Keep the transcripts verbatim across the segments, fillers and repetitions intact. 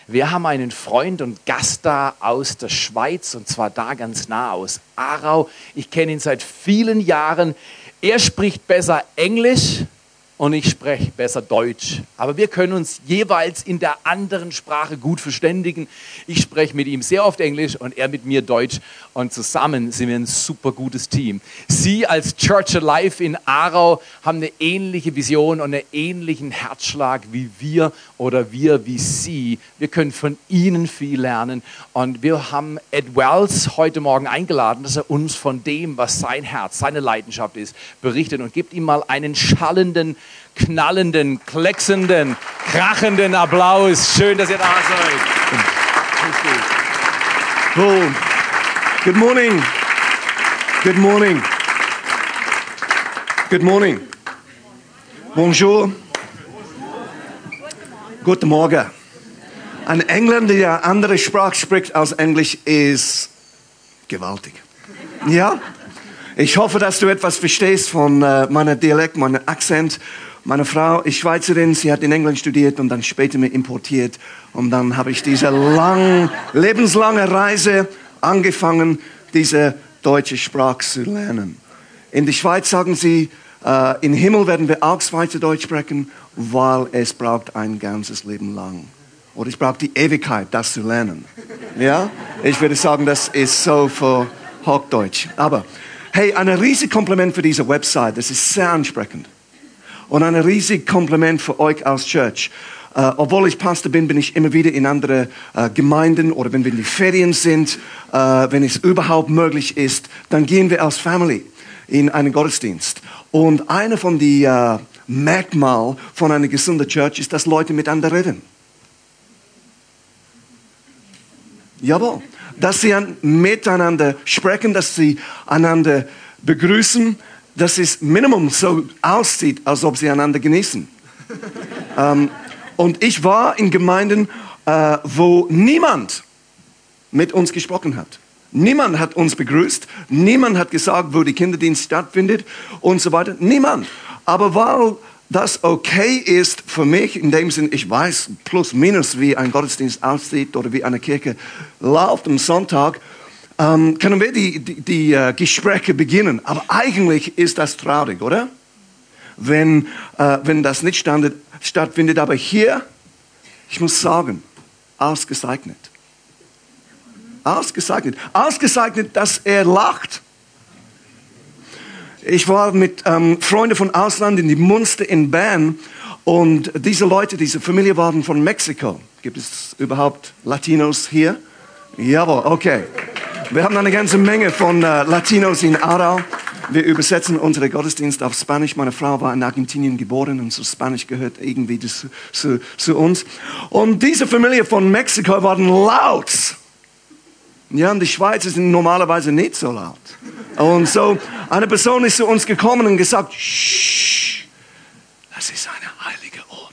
Wir haben einen Freund und Gast da aus der Schweiz und zwar da ganz nah aus Aarau. Ich kenne ihn seit vielen Jahren. Er spricht besser Englisch und ich spreche besser Deutsch. Aber wir können uns jeweils in der anderen Sprache gut verständigen. Ich spreche mit ihm sehr oft Englisch und er mit mir Deutsch. Und zusammen sind wir ein super gutes Team. Sie als Church Alive in Aarau haben eine ähnliche Vision und einen ähnlichen Herzschlag wie wir oder wir wie Sie. Wir können von Ihnen viel lernen. Und wir haben Ed Wells heute Morgen eingeladen, dass er uns von dem, was sein Herz, seine Leidenschaft ist, berichtet. Und gibt ihm mal einen schallenden, knallenden, klecksenden, krachenden Applaus. Schön, dass ihr da seid. Boom. Good morning. Good morning. Good morning. Bonjour. Guten Morgen. Ein Engländer, der andere Sprache spricht als Englisch, ist gewaltig. Ja? Ich hoffe, dass du etwas verstehst von äh, meinem Dialekt, meinem Akzent. Meine Frau ist Schweizerin, sie hat in England studiert und dann später mir importiert. Und dann habe ich diese lang, lebenslange Reise angefangen, diese deutsche Sprache zu lernen. In der Schweiz sagen sie, äh, im Himmel werden wir auch Schweizerdeutsch sprechen, weil es braucht ein ganzes Leben lang. Oder es braucht die Ewigkeit, das zu lernen. Ja? Ich würde sagen, das ist so für Hochdeutsch. Aber hey, ein riesiges Kompliment für diese Website, das ist sehr ansprechend. Und ein riesiges Kompliment für euch als Church. Uh, obwohl ich Pastor bin, bin ich immer wieder in andere uh, Gemeinden oder wenn wir in die Ferien sind, uh, wenn es überhaupt möglich ist, dann gehen wir als Family in einen Gottesdienst. Und einer von den uh, Merkmalen von einer gesunden Church ist, dass Leute miteinander reden. Jawohl. Dass sie an, miteinander sprechen, dass sie einander begrüßen, dass es Minimum so aussieht, als ob sie einander genießen. um, Und ich war in Gemeinden, äh, wo niemand mit uns gesprochen hat. Niemand hat uns begrüßt. Niemand hat gesagt, wo der Kinderdienst stattfindet und so weiter. Niemand. Aber weil das okay ist für mich, in dem Sinn, ich weiß plus minus, wie ein Gottesdienst aussieht oder wie eine Kirche läuft am Sonntag, ähm, können wir die, die, die uh, Gespräche beginnen. Aber eigentlich ist das traurig, oder? Wenn, äh, wenn das nicht stand, stattfindet. Aber hier, ich muss sagen, ausgezeichnet. Ausgezeichnet. Ausgezeichnet, dass er lacht. Ich war mit ähm, Freunden von Ausland in die Munster in Bern und diese Leute, diese Familie waren von Mexiko. Gibt es überhaupt Latinos hier? Jawohl, okay. Wir haben eine ganze Menge von äh, Latinos in Aarau. Wir übersetzen unsere Gottesdienste auf Spanisch. Meine Frau war in Argentinien geboren und so Spanisch gehört irgendwie zu, zu, zu uns. Und diese Familie von Mexiko waren laut. Ja, und die Schweizer sind normalerweise nicht so laut. Und so eine Person ist zu uns gekommen und gesagt, Shh, das ist ein heiliger Ort.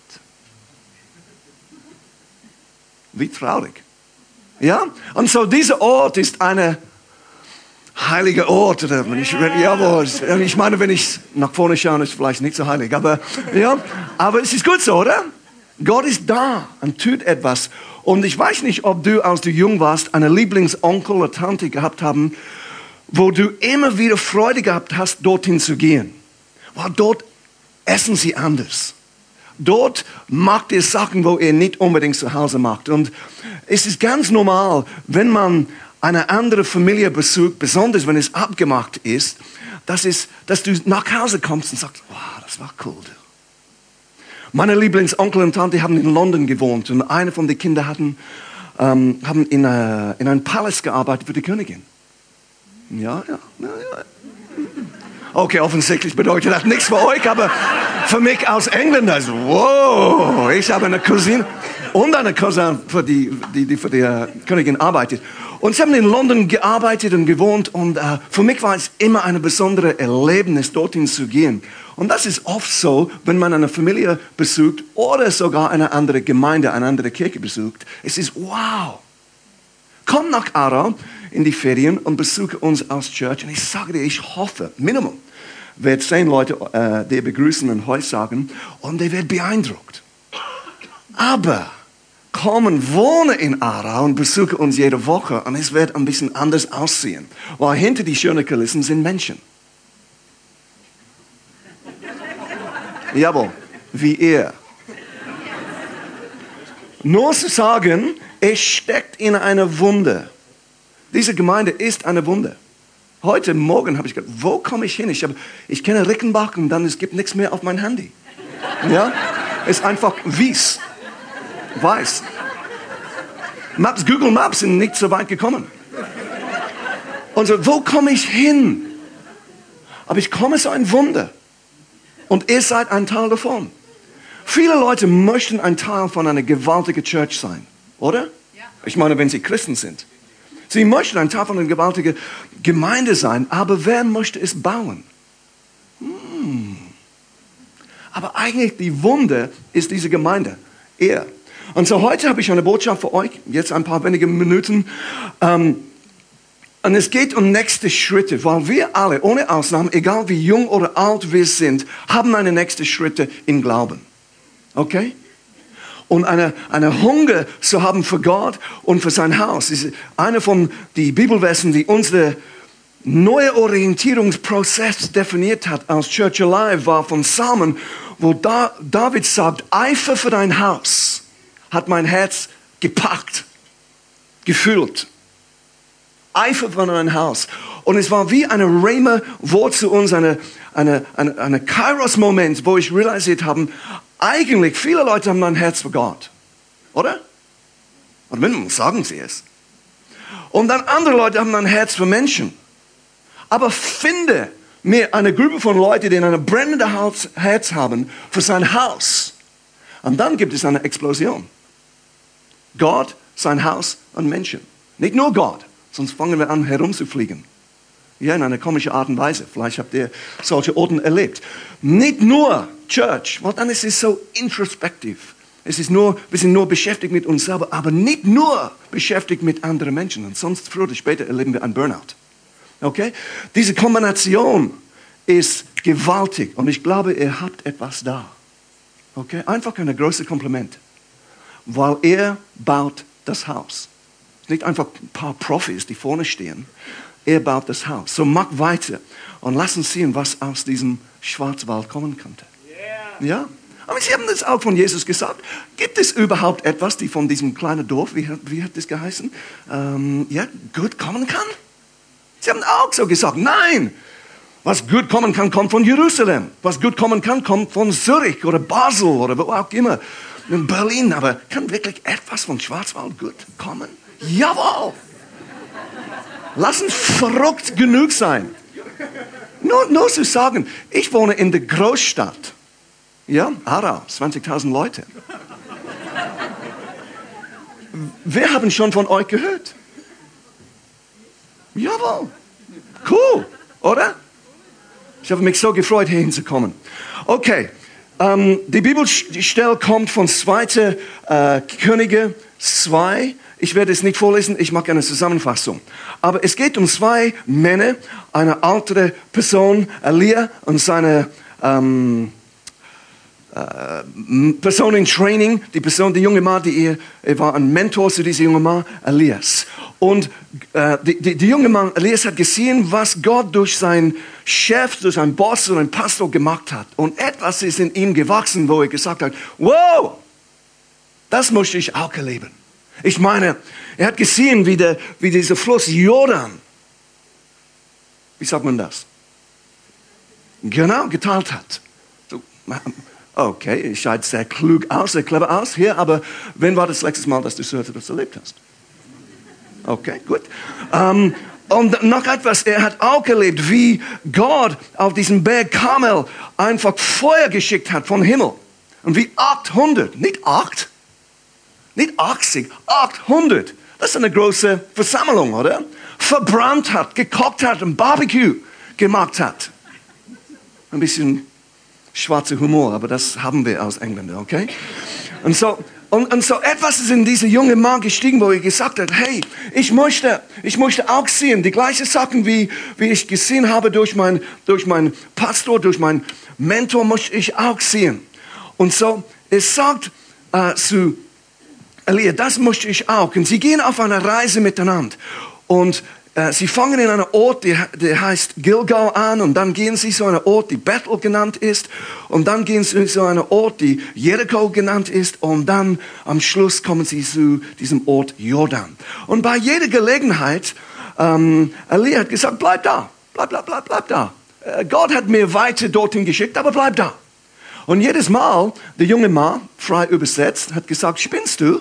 Wie traurig. Ja, und so dieser Ort ist eine heiliger Ort, oder wenn ich, ja, ich meine, wenn ich nach vorne schaue, ist es vielleicht nicht so heilig, aber, ja, aber es ist gut so, oder? Gott ist da und tut etwas. Und ich weiß nicht, ob du, als du jung warst, einen Lieblingsonkel oder Tante gehabt haben, wo du immer wieder Freude gehabt hast, dorthin zu gehen. Weil dort essen sie anders. Dort macht ihr Sachen, wo ihr nicht unbedingt zu Hause macht. Und es ist ganz normal, wenn man eine andere Familie besucht, besonders wenn es abgemacht ist, dass, es, dass du nach Hause kommst und sagst, wow, das war cool. Meine Lieblingsonkel und Tante haben in London gewohnt und eine von den Kindern hatten, ähm, haben in, äh, in einem Palast gearbeitet für die Königin. Ja, ja, ja, ja. Okay, offensichtlich bedeutet das nichts für euch, aber für mich als Engländer, so, wow, ich habe eine Cousine und eine Cousine, für die, die, die für die uh, Königin arbeitet. Und sie haben in London gearbeitet und gewohnt und uh, für mich war es immer ein besonderes Erlebnis, dorthin zu gehen. Und das ist oft so, wenn man eine Familie besucht oder sogar eine andere Gemeinde, eine andere Kirche besucht. Es ist wow. Komm nach Aarau in die Ferien und besuche uns als Church. Und ich sage dir, ich hoffe, Minimum, wird zehn Leute äh, dir begrüßen und Heu sagen und der wird beeindruckt. Aber kommen, wohne in Aarau und besuche uns jede Woche und es wird ein bisschen anders aussehen. Weil hinter die schönen Kulissen sind Menschen. Jawohl, wie ihr. Nur zu sagen, es steckt in einer Wunde. Diese Gemeinde ist eine Wunde. Heute Morgen habe ich gedacht, wo komme ich hin? Ich, habe, ich kenne Rickenbach und dann es gibt nichts mehr auf mein Handy. Ja? Es ist einfach Wies. Weiß. Maps, Google Maps sind nicht so weit gekommen. Und so, wo komme ich hin? Aber ich komme zu einem Wunder. Und ihr seid ein Teil davon. Viele Leute möchten ein Teil von einer gewaltigen Church sein, oder? Ja. Ich meine, wenn sie Christen sind. Sie möchten ein Teil von einer gewaltigen Gemeinde sein, aber wer möchte es bauen? Hm. Aber eigentlich die Wunder ist diese Gemeinde. Ihr. Und so heute habe ich eine Botschaft für euch, jetzt ein paar wenige Minuten. Ähm, Und es geht um nächste Schritte, weil wir alle, ohne Ausnahme, egal wie jung oder alt wir sind, haben eine nächste Schritte im Glauben. Okay? Und eine, eine Hunger zu haben für Gott und für sein Haus. Das ist eine von den Bibelversen, die unsere neue Orientierungsprozess definiert hat als Church Alive, war von Psalmen, wo da, David sagt, Eifer für dein Haus hat mein Herz gepackt, gefühlt. Eifer für dein Haus. Und es war wie eine Rhema-Wort zu uns, eine, eine, eine, eine Kairos-Moment, wo ich realisiert habe, eigentlich viele Leute haben ein Herz für Gott. Oder? Und mindestens sagen sie es. Und dann andere Leute haben ein Herz für Menschen. Aber finde mir eine Gruppe von Leuten, die ein brennendes Herz haben für sein Haus. Und dann gibt es eine Explosion. Gott, sein Haus und Menschen. Nicht nur Gott, sonst fangen wir an herumzufliegen. Ja, in einer komischen Art und Weise. Vielleicht habt ihr solche Orten erlebt. Nicht nur Church, weil dann ist es so introspektiv. Es ist nur, wir sind nur beschäftigt mit uns selber, aber nicht nur beschäftigt mit anderen Menschen. Und sonst früher oder später erleben wir einen Burnout. Okay? Diese Kombination ist gewaltig und ich glaube, ihr habt etwas da. Okay? Einfach ein großes Kompliment. Weil er baut das Haus. Nicht einfach ein paar Profis, die vorne stehen. Er baut das Haus. So mach weiter und lass uns sehen, was aus diesem Schwarzwald kommen könnte. Yeah. Ja? Aber Sie haben das auch von Jesus gesagt. Gibt es überhaupt etwas, die von diesem kleinen Dorf, wie, wie hat das geheißen, ähm, ja, gut kommen kann? Sie haben auch so gesagt, nein. Was gut kommen kann, kommt von Jerusalem. Was gut kommen kann, kommt von Zürich oder Basel oder wo auch immer. In Berlin, aber kann wirklich etwas von Schwarzwald gut kommen? Jawohl! Lass uns verrückt genug sein. Nur, nur zu sagen, ich wohne in der Großstadt. Ja, Aarau, zwanzigtausend Leute. Wir haben schon von euch gehört. Jawohl. Cool, oder? Ich habe mich so gefreut, hier hinzukommen. Okay, ähm, die Bibelstelle kommt von zweiter Äh, Könige zwei. Ich werde es nicht vorlesen, ich mache eine Zusammenfassung. Aber es geht um zwei Männer, eine ältere Person, Elia, und seine ähm, äh, Person in Training, die Person, die junge Mann, die er, er war ein Mentor zu diesem jungen Mann, Elias. Und äh, die, die, die junge Mann, Elias, hat gesehen, was Gott durch seinen Chef, durch seinen Boss und einen Pastor gemacht hat. Und etwas ist in ihm gewachsen, wo er gesagt hat, wow, das möchte ich auch erleben. Ich meine, er hat gesehen, wie, der, wie dieser Fluss Jordan, wie sagt man das? Genau, geteilt hat. So, okay, ich schaue sehr klug aus, sehr clever aus hier, aber wann war das letzte Mal, dass du so etwas erlebt hast? Okay, gut. Um, und noch etwas, er hat auch erlebt, wie Gott auf diesen Berg Karmel einfach Feuer geschickt hat vom Himmel. Und wie achthundert, nicht acht, nicht achtzig, achthundert. Das ist eine große Versammlung, oder? Verbrannt hat, gekocht hat, ein Barbecue gemacht hat. Ein bisschen schwarzer Humor, aber das haben wir als Engländer, okay? Und so, und, und so etwas ist in diese junge Mann gestiegen, wo er gesagt hat, hey, ich möchte, ich möchte auch sehen, die gleichen Sachen, wie, wie ich gesehen habe durch meinen durch mein Pastor, durch meinen Mentor, möchte ich auch sehen. Und so, es sagt äh, zu Elia, das möchte ich auch. Und sie gehen auf eine Reise miteinander. Und äh, sie fangen in einem Ort, der, der heißt Gilgal an. Und dann gehen sie zu einem Ort, die Bethel genannt ist. Und dann gehen sie zu einem Ort, die Jericho genannt ist. Und dann am Schluss kommen sie zu diesem Ort Jordan. Und bei jeder Gelegenheit, ähm, Elia hat gesagt, bleib da. Bleib, bleib, bleib, bleib da. Äh, Gott hat mir weiter dorthin geschickt, aber bleib da. Und jedes Mal, der junge Mann, frei übersetzt, hat gesagt, spinnst du?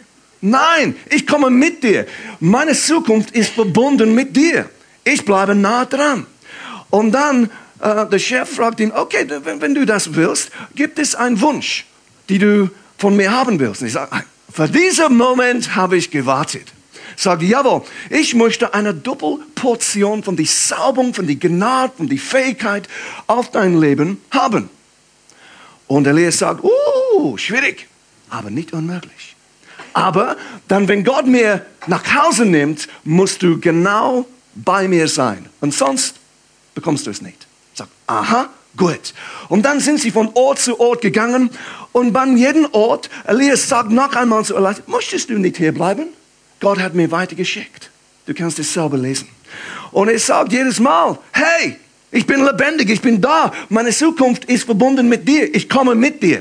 Nein, ich komme mit dir. Meine Zukunft ist verbunden mit dir. Ich bleibe nah dran. Und dann, äh, der Chef fragt ihn, okay, wenn, wenn du das willst, gibt es einen Wunsch, den du von mir haben willst? Und ich sage, für diesen Moment habe ich gewartet. Sagt, jawohl, ich möchte eine Doppelportion von der Salbung, von der Gnade, von der Fähigkeit auf dein Leben haben. Und Elia sagt, uh, schwierig, aber nicht unmöglich. Aber dann, wenn Gott mir nach Hause nimmt, musst du genau bei mir sein. Und sonst bekommst du es nicht. Sagt, aha, gut. Und dann sind sie von Ort zu Ort gegangen. Und bei jedem Ort, Elias sagt noch einmal zu Elia, möchtest du nicht hier bleiben? Gott hat mir weitergeschickt. Du kannst es selber lesen. Und er sagt jedes Mal, hey, ich bin lebendig, ich bin da. Meine Zukunft ist verbunden mit dir. Ich komme mit dir.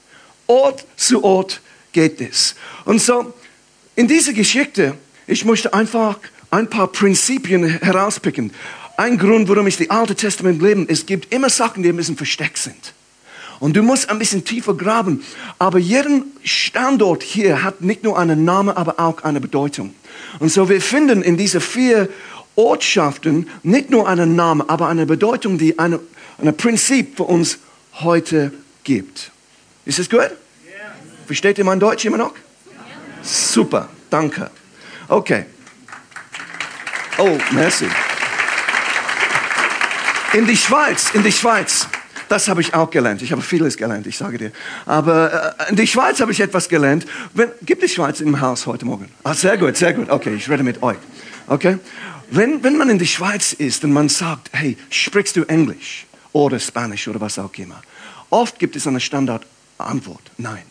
Ort zu Ort geht es. Und so, in dieser Geschichte, ich möchte einfach ein paar Prinzipien herauspicken. Ein Grund, warum ich das Alte Testament lebe, es gibt immer Sachen, die ein bisschen versteckt sind. Und du musst ein bisschen tiefer graben. Aber jeder Standort hier hat nicht nur einen Namen, aber auch eine Bedeutung. Und so, wir finden in diese vier Ortschaften nicht nur einen Namen, aber eine Bedeutung, die eine, ein Prinzip für uns heute gibt. Ist das gut? Yeah. Versteht ihr mein Deutsch immer noch? Yeah. Super, danke. Okay. Oh, merci. In die Schweiz, in die Schweiz, das habe ich auch gelernt. Ich habe vieles gelernt, ich sage dir. Aber äh, in die Schweiz habe ich etwas gelernt. Wenn, gibt es Schweiz im Haus heute Morgen? Ah, sehr gut, sehr gut. Okay, ich rede mit euch. Okay? Wenn, wenn man in der Schweiz ist und man sagt, hey, sprichst du Englisch oder Spanisch oder was auch immer, oft gibt es eine Standardantwort, nein.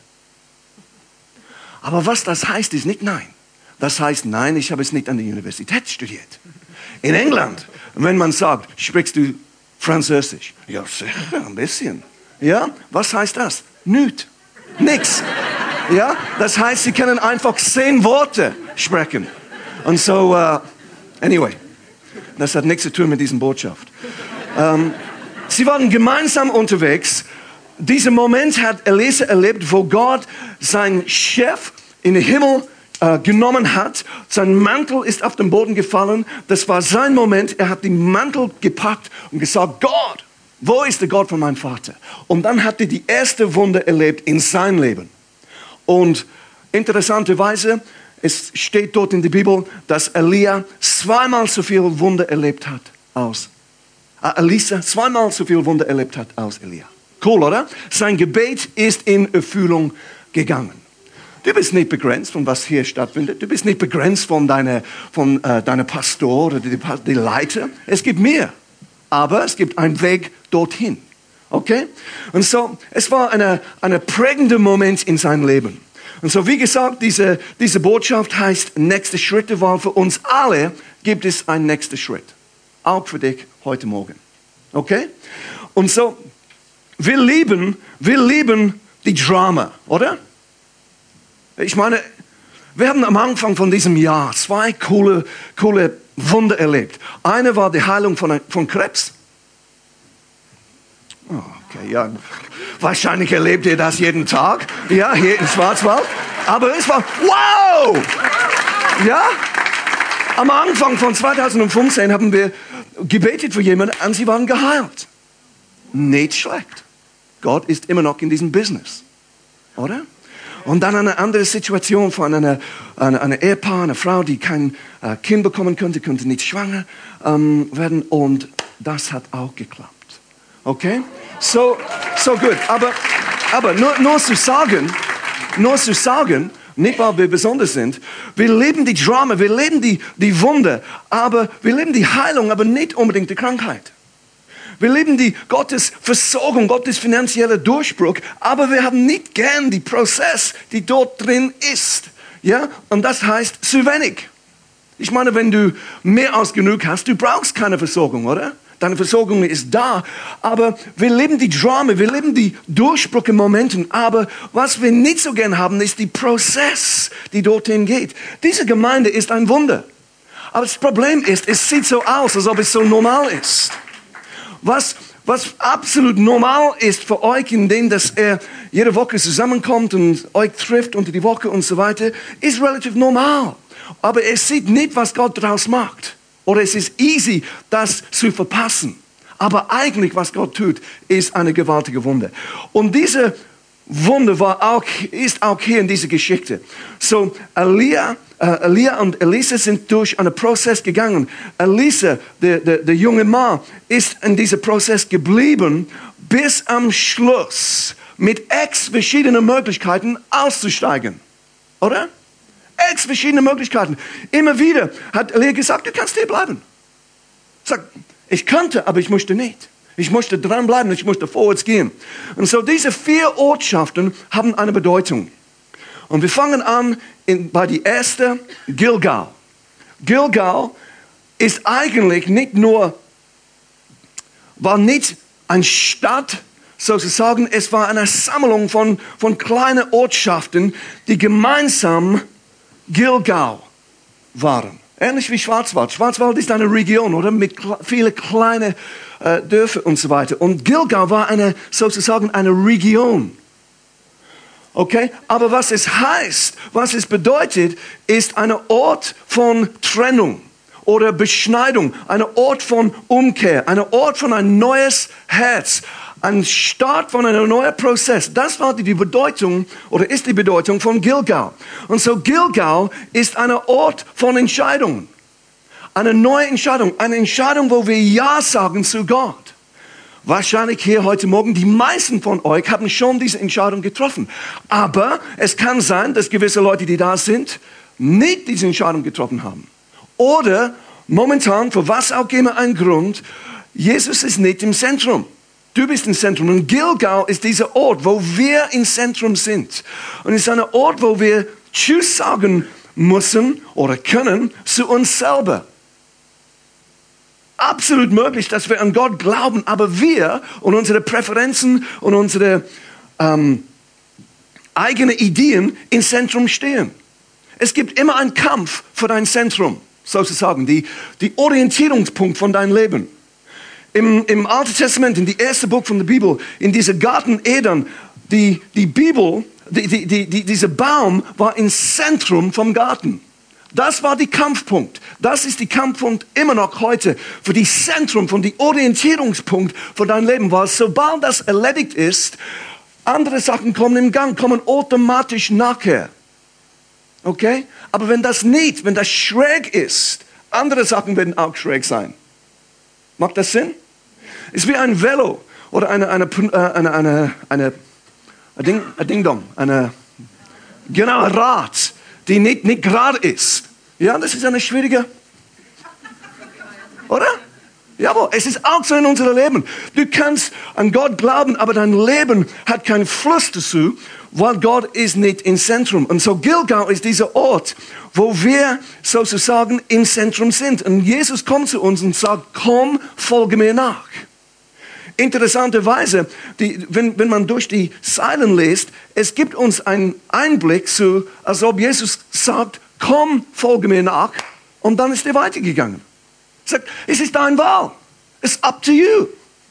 Aber was das heißt, ist nicht nein. Das heißt, nein, ich habe es nicht an der Universität studiert. In England, wenn man sagt, sprichst du Französisch? Ja, sicher, ein bisschen. Ja, was heißt das? Nüt. Nix. Ja, das heißt, sie können einfach zehn Worte sprechen. Und so, uh, anyway, das hat nichts zu tun mit dieser Botschaft. Ähm, sie waren gemeinsam unterwegs. Diesen Moment hat Elisa erlebt, wo Gott seinen Chef in den Himmel äh, genommen hat. Sein Mantel ist auf den Boden gefallen. Das war sein Moment. Er hat den Mantel gepackt und gesagt, Gott, wo ist der Gott von meinem Vater? Und dann hat er die erste Wunder erlebt in seinem Leben. Und interessanterweise, es steht dort in der Bibel, dass Elia zweimal so viel Wunder erlebt hat als äh, Elisa zweimal so viel Wunder erlebt hat als Elia. Cool, oder? Sein Gebet ist in Erfüllung gegangen. Du bist nicht begrenzt von was hier stattfindet. Du bist nicht begrenzt von deiner, von äh, deiner Pastor oder die, die Leiter. Es gibt mehr, aber es gibt einen Weg dorthin. Okay? Und so, es war eine, eine prägende Moment in seinem Leben. Und so, wie gesagt, diese, diese Botschaft heißt nächste Schritte, weil für uns alle gibt es einen nächsten Schritt. Auch für dich heute Morgen. Okay? Und so, wir lieben, wir lieben die Drama, oder? Ich meine, wir haben am Anfang von diesem Jahr zwei coole, coole Wunder erlebt. Eine war die Heilung von, von Krebs. Oh, okay, ja. Wahrscheinlich erlebt ihr das jeden Tag, ja, hier im Schwarzwald. Aber es war, wow! Ja? Am Anfang von zweitausendfünfzehn haben wir gebetet für jemanden und sie waren geheilt. Nicht schlecht. Gott ist immer noch in diesem Business. Oder? Und dann eine andere Situation von einer, einer, einer Ehepaar, einer Frau, die kein äh, Kind bekommen konnte, konnte nicht schwanger ähm, werden. Und das hat auch geklappt. Okay? So, so gut. Aber, aber nur, nur zu sagen, nur zu sagen, nicht weil wir besonders sind, wir leben die Drama, wir leben die, die Wunder, aber wir leben die Heilung, aber nicht unbedingt die Krankheit. Wir leben die Gottes Versorgung, Gottes finanzieller Durchbruch, aber wir haben nicht gern den Prozess, die dort drin ist. Ja, und das heißt zu wenig. Ich meine, wenn du mehr als genug hast, du brauchst keine Versorgung, oder? Deine Versorgung ist da, aber wir leben die Drama, wir leben die Durchbruchmomente, aber was wir nicht so gern haben, ist die Prozess, die dorthin geht. Diese Gemeinde ist ein Wunder. Aber das Problem ist, es sieht so aus, als ob es so normal ist. Was, was absolut normal ist für euch, indem dass er jede Woche zusammenkommt und euch trifft unter die Woche und so weiter, ist relativ normal. Aber es sieht nicht, was Gott daraus macht. Oder es ist easy, das zu verpassen. Aber eigentlich, was Gott tut, ist eine gewaltige Wunder. Und diese Wunder war auch, ist auch hier in dieser Geschichte. So, Elia, äh, Elia und Elisa sind durch einen Prozess gegangen. Elisa, der, der, der junge Mann, ist in diesem Prozess geblieben, bis am Schluss mit ex verschiedenen Möglichkeiten auszusteigen. Oder? Ex verschiedene Möglichkeiten. Immer wieder hat Elia gesagt, du kannst hier bleiben. Sagt, ich könnte, aber ich möchte nicht. Ich möchte dranbleiben, ich möchte vorwärts gehen. Und so diese vier Ortschaften haben eine Bedeutung. Und wir fangen an in, bei der ersten, Gilgal. Gilgal ist eigentlich nicht nur, war nicht eine Stadt, sozusagen, es war eine Sammlung von, von kleinen Ortschaften, die gemeinsam Gilgal waren. Ähnlich wie Schwarzwald. Schwarzwald ist eine Region, oder? Mit vielen kleinen äh, Dörfern und so weiter. Und Gilgal war eine, sozusagen eine Region. Okay? Aber was es heißt, was es bedeutet, ist ein Ort von Trennung oder Beschneidung. Ein Ort von Umkehr. Ein Ort von ein neues Herz. Ein Start von einem neuen Prozess. Das war die Bedeutung oder ist die Bedeutung von Gilgal. Und so Gilgal ist ein Ort von Entscheidungen. Eine neue Entscheidung. Eine Entscheidung, wo wir Ja sagen zu Gott. Wahrscheinlich hier heute Morgen, die meisten von euch haben schon diese Entscheidung getroffen. Aber es kann sein, dass gewisse Leute, die da sind, nicht diese Entscheidung getroffen haben. Oder momentan, für was auch immer ein Grund, Jesus ist nicht im Zentrum. Du bist im Zentrum. Und Gilgal ist dieser Ort, wo wir im Zentrum sind. Und es ist ein Ort, wo wir Tschüss sagen müssen oder können zu uns selber. Absolut möglich, dass wir an Gott glauben, aber wir und unsere Präferenzen und unsere ähm, eigenen Ideen im Zentrum stehen. Es gibt immer einen Kampf für dein Zentrum, sozusagen, die, die Orientierungspunkt von deinem Leben. Im, Im Alten Testament, in die erste Buch von der Bibel, in diese Garten Eden, die, die Bibel, die, die, die, die, dieser Baum war im Zentrum vom Garten. Das war der Kampfpunkt. Das ist der Kampfpunkt immer noch heute für die Zentrum, von die Orientierungspunkt für dein Leben. Weil sobald das erledigt ist, andere Sachen kommen im Gang, kommen automatisch nachher. Okay? Aber wenn das nicht, wenn das schräg ist, andere Sachen werden auch schräg sein. Macht das Sinn? Es ist wie ein Velo oder eine, eine, eine, eine, eine, ein Ding, ein Ding-Dong, eine, genau, ein Rad, die nicht, nicht gerade ist. Ja, das ist eine schwierige, oder? Jawohl, es ist auch so in unserem Leben. Du kannst an Gott glauben, aber dein Leben hat keinen Fluss dazu, weil Gott ist nicht im Zentrum. Und so Gilgal ist dieser Ort, wo wir sozusagen im Zentrum sind. Und Jesus kommt zu uns und sagt, komm, folge mir nach. Interessanterweise, die, wenn, wenn man durch die Zeilen liest, es gibt uns einen Einblick zu, als ob Jesus sagt, komm, folge mir nach. Und dann ist er weitergegangen. Er sagt, es ist deine Wahl. It's up to you.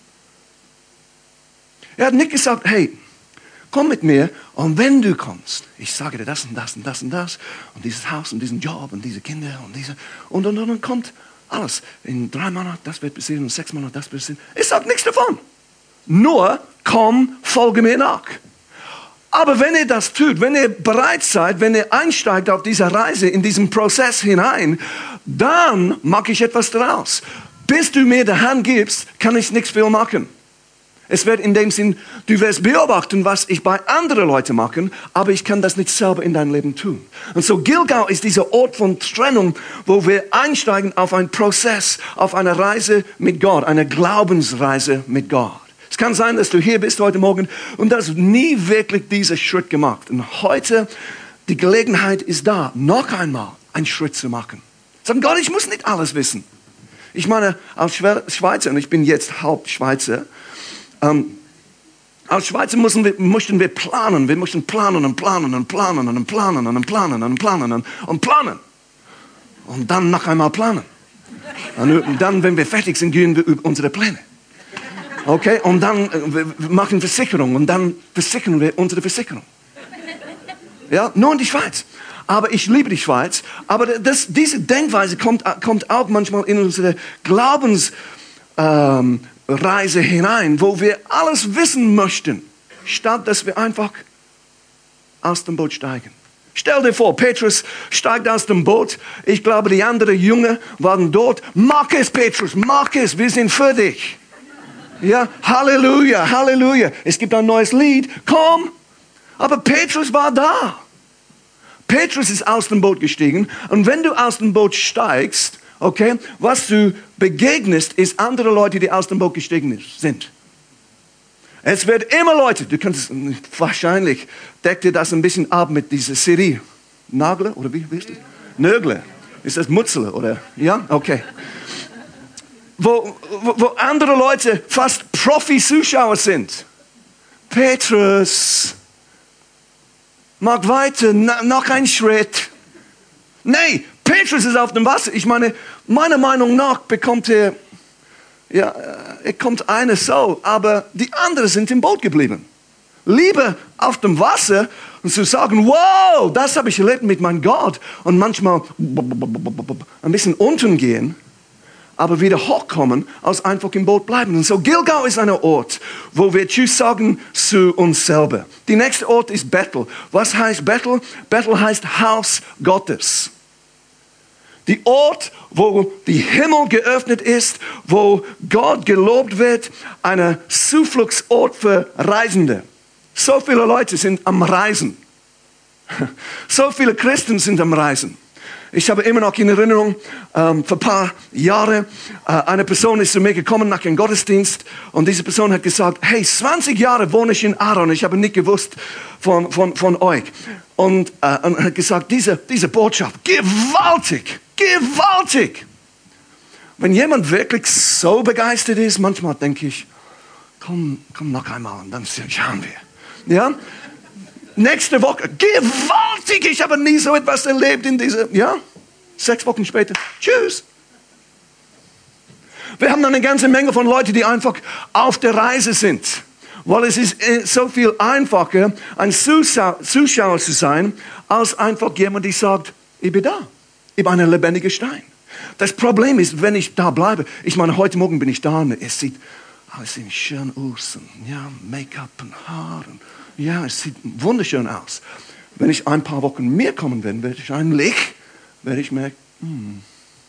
Er hat nicht gesagt, hey, komm mit mir und wenn du kommst, ich sage dir das und das und das und das und dieses Haus und diesen Job und diese Kinder und diese und und und, und kommt alles. In drei Monaten, das wird passieren, in sechs Monaten, das wird passieren. Ich sage nichts davon. Nur, komm, folge mir nach. Aber wenn ihr das tut, wenn ihr bereit seid, wenn ihr einsteigt auf diese Reise, in diesen Prozess hinein, dann mache ich etwas daraus. Bis du mir die Hand gibst, kann ich nichts viel machen. Es wird in dem Sinn, du wirst beobachten, was ich bei anderen Leuten mache, aber ich kann das nicht selber in deinem Leben tun. Und so Gilgal ist dieser Ort von Trennung, wo wir einsteigen auf einen Prozess, auf eine Reise mit Gott, eine Glaubensreise mit Gott. Es kann sein, dass du hier bist heute Morgen und hast nie wirklich diesen Schritt gemacht. Und heute, die Gelegenheit ist da, noch einmal einen Schritt zu machen. Sagen, Gott, ich muss nicht alles wissen. Ich meine, als Schweizer, und ich bin jetzt Hauptschweizer, ähm, als Schweizer mussten wir, mussten wir planen. Wir mussten planen und planen und planen und planen und planen und planen und planen. Und dann noch einmal planen. Und dann, wenn wir fertig sind, gehen wir über unsere Pläne. Okay? Und dann äh, wir machen Versicherung und dann versichern wir unsere Versicherung. Ja? Nur in die Schweiz. Aber ich liebe die Schweiz. Aber das, diese Denkweise kommt, kommt auch manchmal in unsere Glaubensreise ähm, hinein, wo wir alles wissen möchten, statt dass wir einfach aus dem Boot steigen. Stell dir vor, Petrus steigt aus dem Boot. Ich glaube, die anderen Jünger waren dort. Mach es, Petrus, mach es, wir sind für dich. Ja, Halleluja, Halleluja. Es gibt ein neues Lied. Komm. Aber Petrus war da. Petrus ist aus dem Boot gestiegen. Und wenn du aus dem Boot steigst, okay, was du begegnest, ist andere Leute, die aus dem Boot gestiegen sind. Es wird immer Leute, du kannst, wahrscheinlich deckt dir das ein bisschen ab mit dieser Serie. Nagler, oder wie, wie ist das? Nögle. Ist das Mutzler, oder? Ja, okay. Wo, wo, wo andere Leute fast Profi-Zuschauer sind. Petrus, mach weiter, na, noch ein Schritt. Nee, Petrus ist auf dem Wasser. Ich meine, meiner Meinung nach bekommt er, ja, er kommt einer so, aber die anderen sind im Boot geblieben. Lieber auf dem Wasser und zu sagen, wow, das habe ich erlebt mit meinem Gott. Und manchmal ein bisschen unten gehen, aber wieder hochkommen, als einfach im Boot bleiben. Und so Gilgal ist ein Ort, wo wir Tschüss sagen zu uns selber. Der nächste Ort ist Bethel. Was heißt Bethel? Bethel heißt Haus Gottes. Die Ort, wo die Himmel geöffnet ist, wo Gott gelobt wird, ein Zufluchtsort für Reisende. So viele Leute sind am Reisen. So viele Christen sind am Reisen. Ich habe immer noch in Erinnerung, ähm, vor ein paar Jahren, äh, eine Person ist zu mir gekommen nach einem Gottesdienst und diese Person hat gesagt, hey, zwanzig Jahre wohne ich in Aarau und ich habe nicht gewusst von, von, von euch. Und, äh, und hat gesagt, diese, diese Botschaft, gewaltig, gewaltig. Wenn jemand wirklich so begeistert ist, manchmal denke ich, komm, komm noch einmal und dann schauen wir. Ja? Nächste Woche, gewaltig, ich habe nie so etwas erlebt in dieser, ja, sechs Wochen später, tschüss. Wir haben eine ganze Menge von Leuten, die einfach auf der Reise sind, weil es ist so viel einfacher, ein Zuschauer zu sein, als einfach jemand, der sagt, ich bin da, ich bin ein lebendiger Stein. Das Problem ist, wenn ich da bleibe, ich meine, heute Morgen bin ich da und es sieht, alles sieht schön aus, und, ja, Make-up und Haare. Ja, es sieht wunderschön aus. Wenn ich ein paar Wochen mehr kommen werde, werde ich ein Licht, werde ich merken, hm.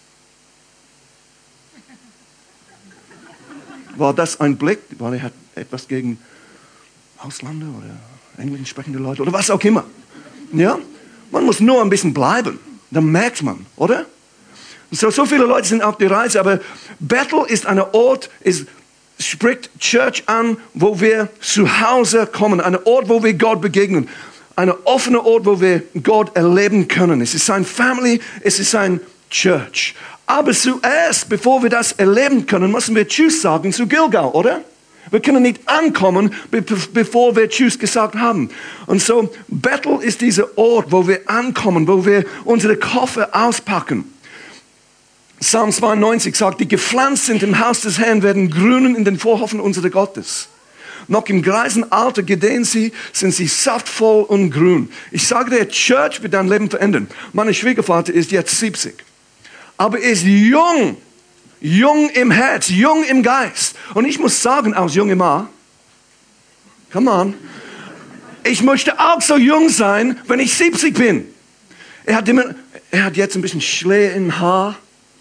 War das ein Blick, weil er hat etwas gegen Ausländer oder Englisch sprechende Leute oder was auch immer. Ja, man muss nur ein bisschen bleiben, dann merkt man, oder? So, so viele Leute sind auf der Reise, aber Bethel ist ein Ort, ist spricht Church an, wo wir zu Hause kommen. Ein Ort, wo wir Gott begegnen. Ein offener Ort, wo wir Gott erleben können. Es ist ein Family, es ist ein Church. Aber zuerst, bevor wir das erleben können, müssen wir Tschüss sagen zu Gilgal, oder? Wir können nicht ankommen, bevor wir Tschüss gesagt haben. Und so, Bethel ist dieser Ort, wo wir ankommen, wo wir unsere Koffer auspacken. Psalm zweiundneunzig sagt, die gepflanzt sind im Haus des Herrn, werden grünen in den Vorhofen unseres Gottes. Noch im greisen Alter gedehnt sie, sind sie saftvoll und grün. Ich sage dir, Church wird dein Leben verändern. Mein Schwiegervater ist jetzt siebzig. Aber er ist jung. Jung im Herz, jung im Geist. Und ich muss sagen, als junge Mann, come on, ich möchte auch so jung sein, wenn ich siebzig bin. Er hat, immer, er hat jetzt ein bisschen Schlee im Haar.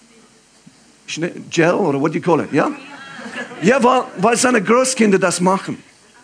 Gel oder what do you call it, ja? Ja, weil, weil seine Großkinder das machen.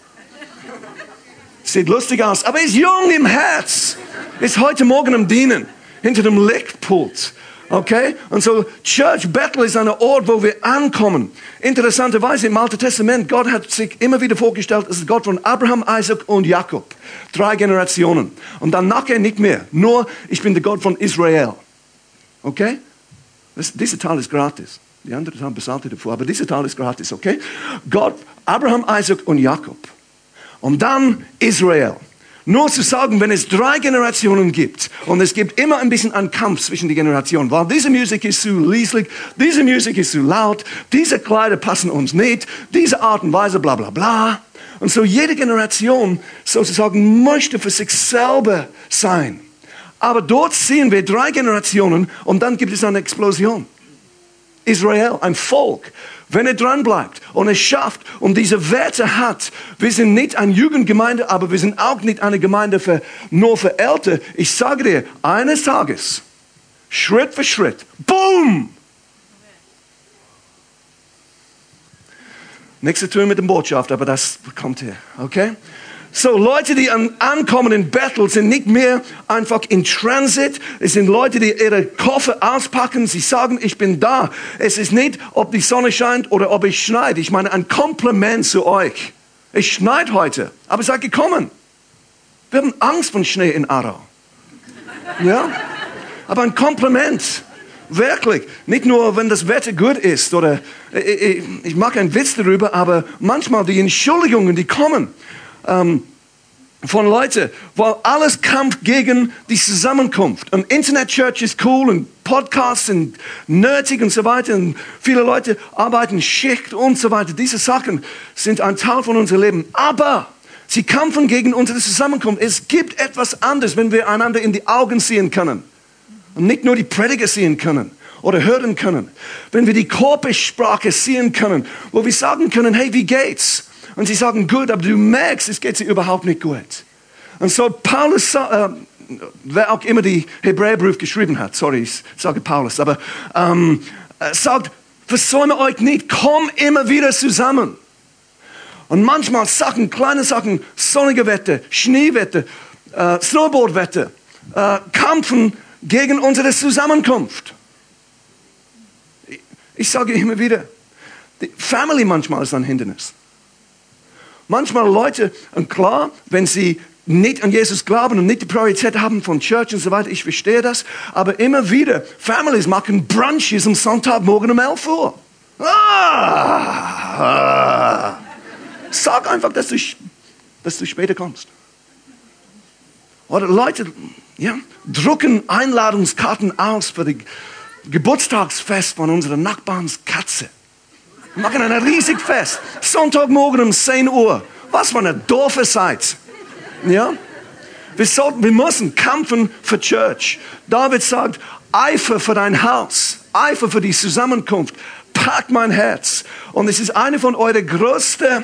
Sieht lustig aus, aber er ist jung im Herz. Ist heute Morgen am Dienen, hinter dem Lichtpult. Okay? Und so, Church, Bethel ist ein Ort, wo wir ankommen. Interessanterweise im Alten Testament, Gott hat sich immer wieder vorgestellt, es ist Gott von Abraham, Isaac und Jakob. Drei Generationen. Und dann nachher nicht mehr. Nur, ich bin der Gott von Israel. Okay? Das, dieser Teil ist gratis. Die anderen haben bezahlt davor, aber dieser Teil ist gratis, okay? Gott, Abraham, Isaac und Jakob. Und dann Israel. Nur zu sagen, wenn es drei Generationen gibt und es gibt immer ein bisschen einen Kampf zwischen den Generationen, weil diese Musik ist zu leislich, diese Musik ist zu laut, diese Kleider passen uns nicht, diese Art und Weise, bla bla bla. Und so jede Generation sozusagen möchte für sich selber sein. Aber dort sehen wir drei Generationen und dann gibt es eine Explosion. Israel, ein Volk, wenn er dran bleibt und es schafft und diese Werte hat, wir sind nicht eine Jugendgemeinde, aber wir sind auch nicht eine Gemeinde für, nur für Ältere. Ich sage dir, eines Tages, Schritt für Schritt, boom! Nichts zu tun mit dem Botschaft, aber das kommt hier, okay? So, Leute, die an, ankommen in Bethel, sind nicht mehr einfach in Transit. Es sind Leute, die ihre Koffer auspacken. Sie sagen, ich bin da. Es ist nicht, ob die Sonne scheint oder ob es schneit. Ich meine, ein Kompliment zu euch. Es schneit heute, aber seid gekommen. Wir haben Angst vor Schnee in Aarau. Ja? Aber ein Kompliment. Wirklich. Nicht nur, wenn das Wetter gut ist. Oder ich, ich mache einen Witz darüber, aber manchmal die Entschuldigungen, die kommen. Ähm, von Leuten, weil alles kämpft gegen die Zusammenkunft. Und Internet-Church ist cool und Podcasts sind nötig und so weiter. Und viele Leute arbeiten Schicht und so weiter. Diese Sachen sind ein Teil von unserem Leben. Aber sie kämpfen gegen unsere Zusammenkunft. Es gibt etwas anderes, wenn wir einander in die Augen sehen können. Und nicht nur die Prediger sehen können oder hören können. Wenn wir die Körpersprache sehen können, wo wir sagen können, hey, wie geht's? Und sie sagen, gut, aber du merkst, es geht sie überhaupt nicht gut. Und so Paulus, äh, wer auch immer die Hebräerbrief geschrieben hat, sorry, ich sage Paulus, aber ähm, äh, sagt, versäume euch nicht, komm immer wieder zusammen. Und manchmal Sachen, kleine Sachen, sonnige Wetter, Schneewetter, äh, Snowboardwetter, äh, kämpfen gegen unsere Zusammenkunft. Ich, ich sage immer wieder, die Family manchmal ist ein Hindernis. Manchmal Leute, und klar, wenn sie nicht an Jesus glauben und nicht die Priorität haben von Church und so weiter, ich verstehe das, aber immer wieder, Families machen Brunches am Sonntagmorgen um elf Uhr. Ah, sag einfach, dass du, dass du später kommst. Oder Leute, ja, drucken Einladungskarten aus für das Geburtstagsfest von unserer Nachbarns Katze. Wir machen ein riesig Fest. Sonntagmorgen um zehn Uhr. Was für eine doofe Zeit. Ja? Wir, sollten, wir müssen kämpfen für Church. David sagt, Eifer für dein Haus. Eifer für die Zusammenkunft. Packt mein Herz. Und es ist eine von euren größten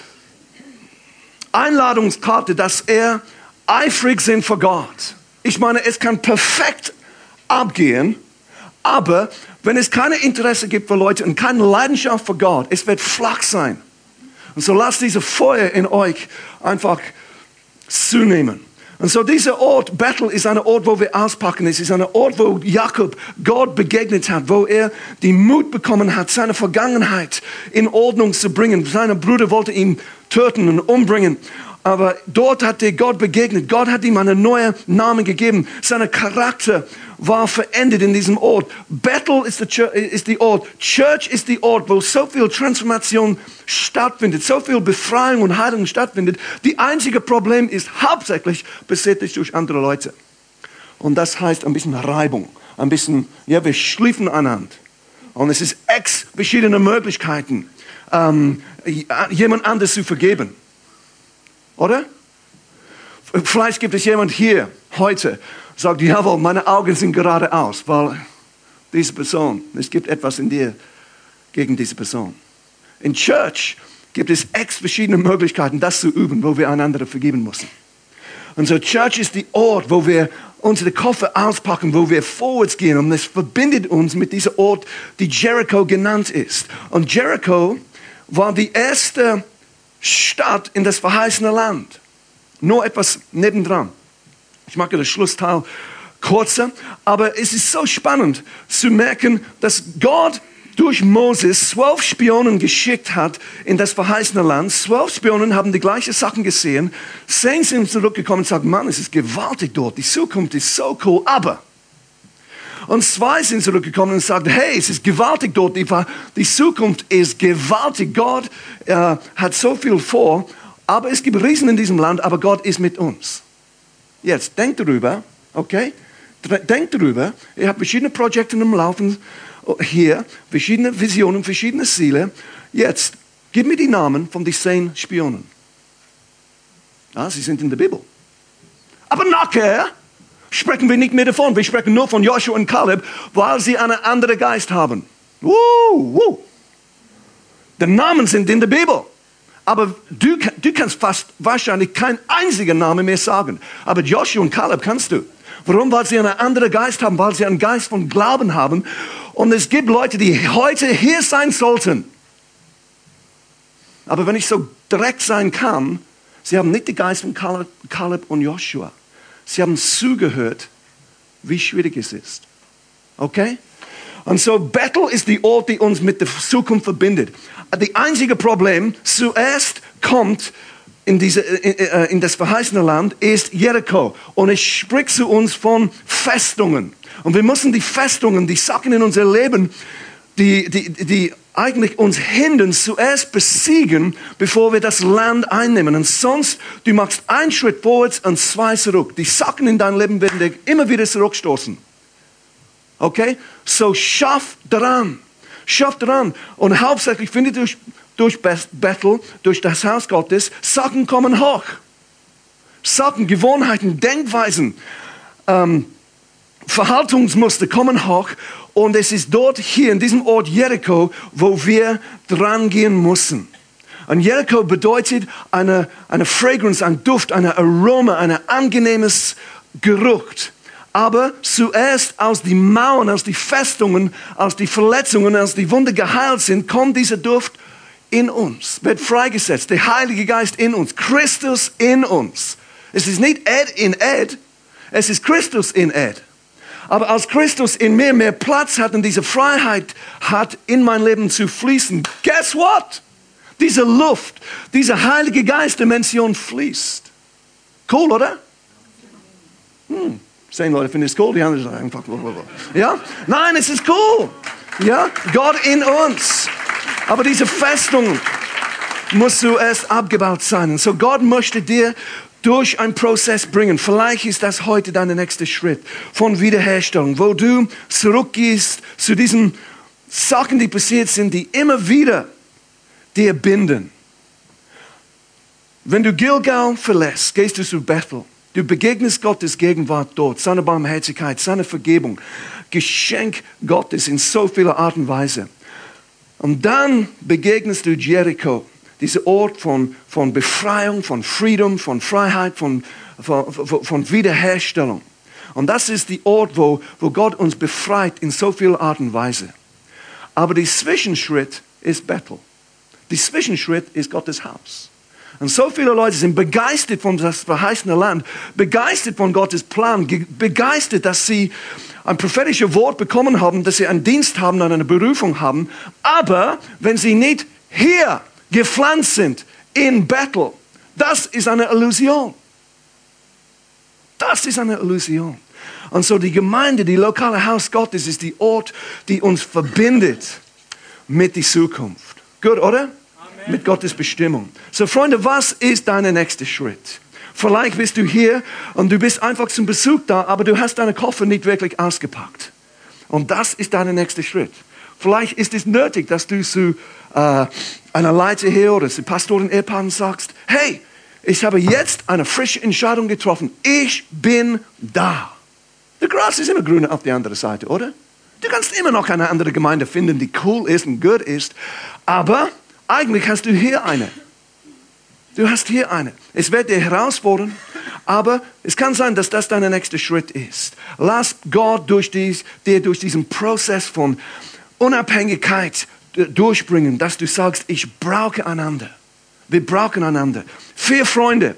Einladungskarten, dass er eifrig sind für Gott. Ich meine, es kann perfekt abgehen, aber wenn es kein Interesse gibt für Leute und keine Leidenschaft für Gott, es wird flach sein. Und so lasst diese Feuer in euch einfach zunehmen. Und so dieser Ort, Bethel, ist ein Ort, wo wir auspacken. Es ist ein Ort, wo Jakob Gott begegnet hat, wo er den Mut bekommen hat, seine Vergangenheit in Ordnung zu bringen. Sein Bruder wollte ihn töten und umbringen. Aber dort hat er Gott begegnet. Gott hat ihm einen neuen Namen gegeben. Sein Charakter war verändert in diesem Ort. Bethel ist, ist die Ort. Church ist die Ort, wo so viel Transformation stattfindet, so viel Befreiung und Heilung stattfindet. Die einzige Problem ist hauptsächlich bestätigt durch andere Leute. Und das heißt ein bisschen Reibung, ein bisschen, ja, wir schliefen einander. Und es ist ex verschiedene Möglichkeiten, ähm, jemand anderes zu vergeben. Oder? Vielleicht gibt es jemand hier heute, sagt, jawohl, meine Augen sind geradeaus, weil diese Person, es gibt etwas in dir gegen diese Person. In Church gibt es ex verschiedene Möglichkeiten, das zu üben, wo wir einander vergeben müssen. Und so Church ist die Ort, wo wir unsere Koffer auspacken, wo wir vorwärts gehen. Und es verbindet uns mit diesem Ort, die Jericho genannt ist. Und Jericho war die erste Stadt in das verheißene Land. Nur etwas nebendran. Ich mag das Schlussteil kurzer, aber es ist so spannend zu merken, dass Gott durch Moses zwölf Spionen geschickt hat in das verheißene Land. Zwölf Spionen haben die gleichen Sachen gesehen. Zehn sind zurückgekommen und sagen, Mann, es ist gewaltig dort, die Zukunft ist so cool, aber... Und zwei sind zurückgekommen und sagten, hey, es ist gewaltig dort, die, die Zukunft ist gewaltig, Gott äh, hat so viel vor, aber es gibt Riesen in diesem Land, aber Gott ist mit uns. Jetzt, denkt darüber, okay? Denkt darüber, ihr habt verschiedene Projekte im Laufen hier, verschiedene Visionen, verschiedene Ziele. Jetzt, gib mir die Namen von den zehn Spionen. Ja, sie sind in der Bibel. Aber nachher sprechen wir nicht mehr davon. Wir sprechen nur von Joshua und Kaleb, weil sie einen anderen Geist haben. Woo, woo. Die Namen sind in der Bibel. Aber du, du kannst fast wahrscheinlich keinen einzigen Namen mehr sagen. Aber Joshua und Kaleb kannst du. Warum? Weil sie einen anderen Geist haben, weil sie einen Geist von Glauben haben. Und es gibt Leute, die heute hier sein sollten. Aber wenn ich so direkt sein kann, sie haben nicht den Geist von Kaleb, Kaleb und Joshua. Sie haben zugehört, wie schwierig es ist. Okay? Und so Bethel ist die Ort, die uns mit der Zukunft verbindet. Das einzige Problem, zuerst kommt in, diese, in, in das verheißene Land, ist Jericho. Und es spricht zu uns von Festungen. Und wir müssen die Festungen, die Sachen in unser Leben, die, die, die eigentlich uns hindern, zuerst besiegen, bevor wir das Land einnehmen. Und sonst, du machst einen Schritt vorwärts und zwei zurück. Die Sachen in deinem Leben werden dich immer wieder zurückstoßen. Okay? So schaff daran. Schaff daran. Und hauptsächlich finde ich durch, durch Bethel, durch das Haus Gottes, Sachen kommen hoch. Sachen, Gewohnheiten, Denkweisen, ähm, Verhaltensmuster kommen hoch. Und es ist dort, hier in diesem Ort Jericho, wo wir dran gehen müssen. Und Jericho bedeutet eine, eine Fragrance, ein Duft, ein Aroma, ein angenehmes Geruch. Aber zuerst aus den Mauern, aus den Festungen, aus den Verletzungen, aus die Wunden geheilt sind, kommt dieser Duft in uns, wird freigesetzt. Der Heilige Geist in uns, Christus in uns. Es ist nicht Ed in Ed, es ist Christus in Ed. Aber als Christus in mir mehr Platz hat und diese Freiheit hat, in mein Leben zu fließen, guess what? Diese Luft, diese Heilige Geist-Dimension fließt. Cool, oder? Hm. Zehn Leute finden es cool, die anderen sagen einfach, ja? Nein, es ist cool. Ja? Gott in uns. Aber diese Festung muss zuerst abgebaut sein. Und so Gott möchte dir durch einen Prozess bringen. Vielleicht ist das heute dein nächster Schritt von Wiederherstellung, wo du zurückgehst zu diesen Sachen, die passiert sind, die immer wieder dir binden. Wenn du Gilgal verlässt, gehst du zu Bethel. Du begegnest Gottes Gegenwart dort, seine Barmherzigkeit, seine Vergebung, Geschenk Gottes in so vieler Art und Weise. Und dann begegnest du Jericho. Dieser Ort von, von Befreiung, von Freedom, von Freiheit, von, von, von Wiederherstellung. Und das ist der Ort, wo, wo Gott uns befreit in so vielen Art und Weise. Aber der Zwischenschritt ist Bethel. Der Zwischenschritt ist Gottes Haus. Und so viele Leute sind begeistert von das verheißene Land, begeistert von Gottes Plan, begeistert, dass sie ein prophetisches Wort bekommen haben, dass sie einen Dienst haben, eine Berufung haben. Aber wenn sie nicht hier gepflanzt sind in Bethel, das ist eine Illusion. Das ist eine Illusion. Und so die Gemeinde, die lokale Haus Gottes ist die Ort, die uns verbindet mit der Zukunft. Gut, oder? Amen. Mit Gottes Bestimmung. So Freunde, was ist dein nächster Schritt? Vielleicht bist du hier und du bist einfach zum Besuch da, aber du hast deine Koffer nicht wirklich ausgepackt. Und das ist dein nächster Schritt. Vielleicht ist es nötig, dass du zu äh, einer Leiter hier oder zu Pastoren-Ehepaaren sagst, hey, ich habe jetzt eine frische Entscheidung getroffen. Ich bin da. Der Gras ist immer grüner auf der anderen Seite, oder? Du kannst immer noch eine andere Gemeinde finden, die cool ist und gut ist. Aber eigentlich hast du hier eine. Du hast hier eine. Es wird dir herausfordern, aber es kann sein, dass das dein nächster Schritt ist. Lass Gott durch dies, dir durch diesen Prozess von Unabhängigkeit durchbringen, dass du sagst, ich brauche einander. Wir brauchen einander. Vier Freunde,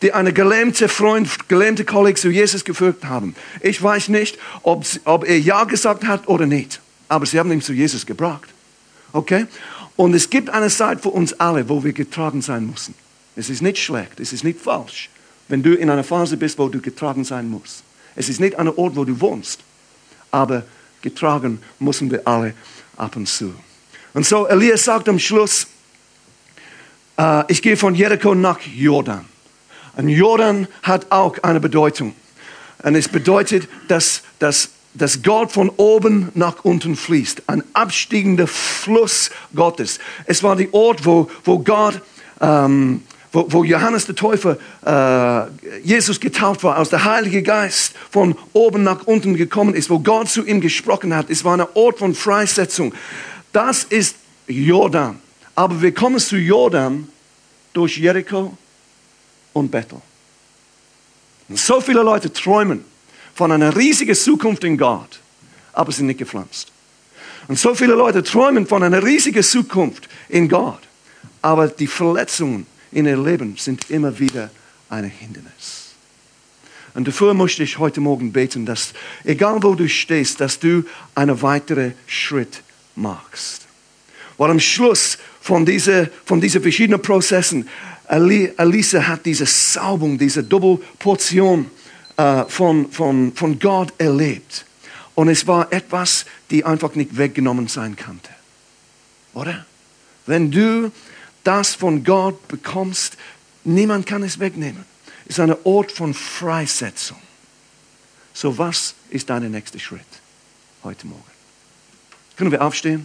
die eine gelähmte Freund, gelähmte Kollege zu Jesus geführt haben. Ich weiß nicht, ob, ob er Ja gesagt hat oder nicht. Aber sie haben ihn zu Jesus gebracht. Okay? Und es gibt eine Zeit für uns alle, wo wir getragen sein müssen. Es ist nicht schlecht, es ist nicht falsch, wenn du in einer Phase bist, wo du getragen sein musst. Es ist nicht ein Ort, wo du wohnst. Aber getragen müssen wir alle ab und zu. Und so Elia sagt am Schluss, äh, ich gehe von Jericho nach Jordan. Und Jordan hat auch eine Bedeutung. Und es bedeutet, dass, dass, dass Gott von oben nach unten fließt. Ein absteigender Fluss Gottes. Es war der Ort, wo, wo Gott, ähm, wo, wo Johannes der Täufer, äh, Jesus getauft war, als der Heilige Geist von oben nach unten gekommen ist, wo Gott zu ihm gesprochen hat. Es war ein Ort von Freisetzung. Das ist Jordan. Aber wir kommen zu Jordan durch Jericho und Bethel. Und so viele Leute träumen von einer riesigen Zukunft in Gott, aber sind nicht gepflanzt. Und so viele Leute träumen von einer riesigen Zukunft in Gott, aber die Verletzungen in ihr Leben sind immer wieder ein Hindernis. Und dafür möchte ich heute Morgen beten, dass, egal wo du stehst, dass du einen weiteren Schritt machst. Weil am Schluss von diesen von diese verschiedenen Prozessen, Elisa hat diese Salbung, diese Doppelportion äh, von, von, von Gott erlebt. Und es war etwas, die einfach nicht weggenommen sein konnte. Oder? Wenn du das von Gott bekommst, niemand kann es wegnehmen. Es ist ein Ort von Freisetzung. So, was ist dein nächster Schritt heute Morgen? Können wir aufstehen?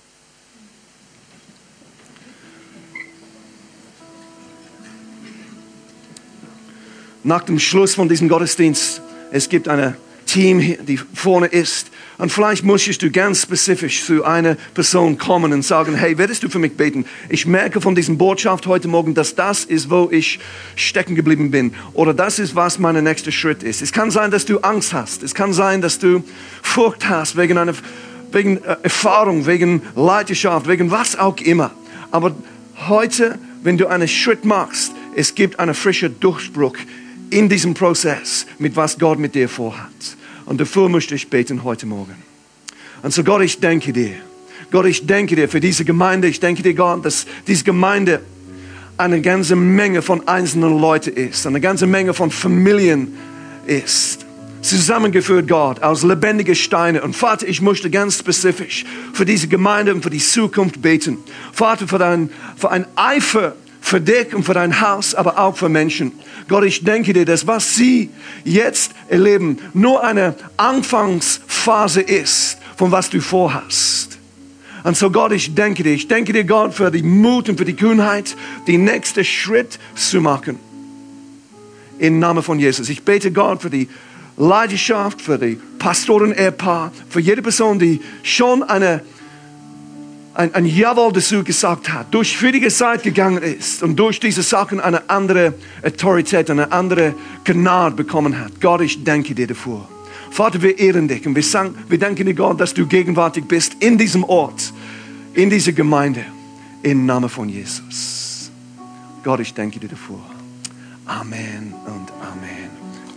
Nach dem Schluss von diesem Gottesdienst, es gibt ein Team, die vorne ist. Und vielleicht möchtest du ganz spezifisch zu einer Person kommen und sagen, hey, würdest du für mich beten? Ich merke von dieser Botschaft heute Morgen, dass das ist, wo ich stecken geblieben bin. Oder das ist, was mein nächster Schritt ist. Es kann sein, dass du Angst hast. Es kann sein, dass du Furcht hast wegen einer wegen Erfahrung, wegen Leidenschaft, wegen was auch immer. Aber heute, wenn du einen Schritt machst, es gibt einen frischen Durchbruch in diesem Prozess, mit was Gott mit dir vorhat. Und dafür möchte ich beten heute Morgen. Und so Gott, ich danke dir. Gott, ich danke dir für diese Gemeinde. Ich danke dir, Gott, dass diese Gemeinde eine ganze Menge von einzelnen Leuten ist. Eine ganze Menge von Familien ist. Zusammengeführt, Gott, aus lebendigen Steinen. Und Vater, ich möchte ganz spezifisch für diese Gemeinde und für die Zukunft beten. Vater, für dein, für ein Eifer für dich und für dein Haus, aber auch für Menschen. Gott, ich danke dir, dass was sie jetzt erleben, nur eine Anfangsphase ist, von was du vorhast. Und so Gott, ich danke dir. Ich danke dir, Gott, für die Mut und für die Kühnheit, den nächsten Schritt zu machen. Im Namen von Jesus. Ich bete, Gott, für die Leidenschaft, für die Pastoren-Ehepaar, für jede Person, die schon eine Ein, ein Jawohl dazu gesagt hat, durch schwierige Zeit gegangen ist und durch diese Sachen eine andere Autorität, eine andere Gnade bekommen hat. Gott, ich danke dir dafür. Vater, wir ehren dich und wir, sagen, wir danken dir, Gott, dass du gegenwärtig bist in diesem Ort, in dieser Gemeinde, im Namen von Jesus. Gott, ich danke dir dafür. Amen und Amen.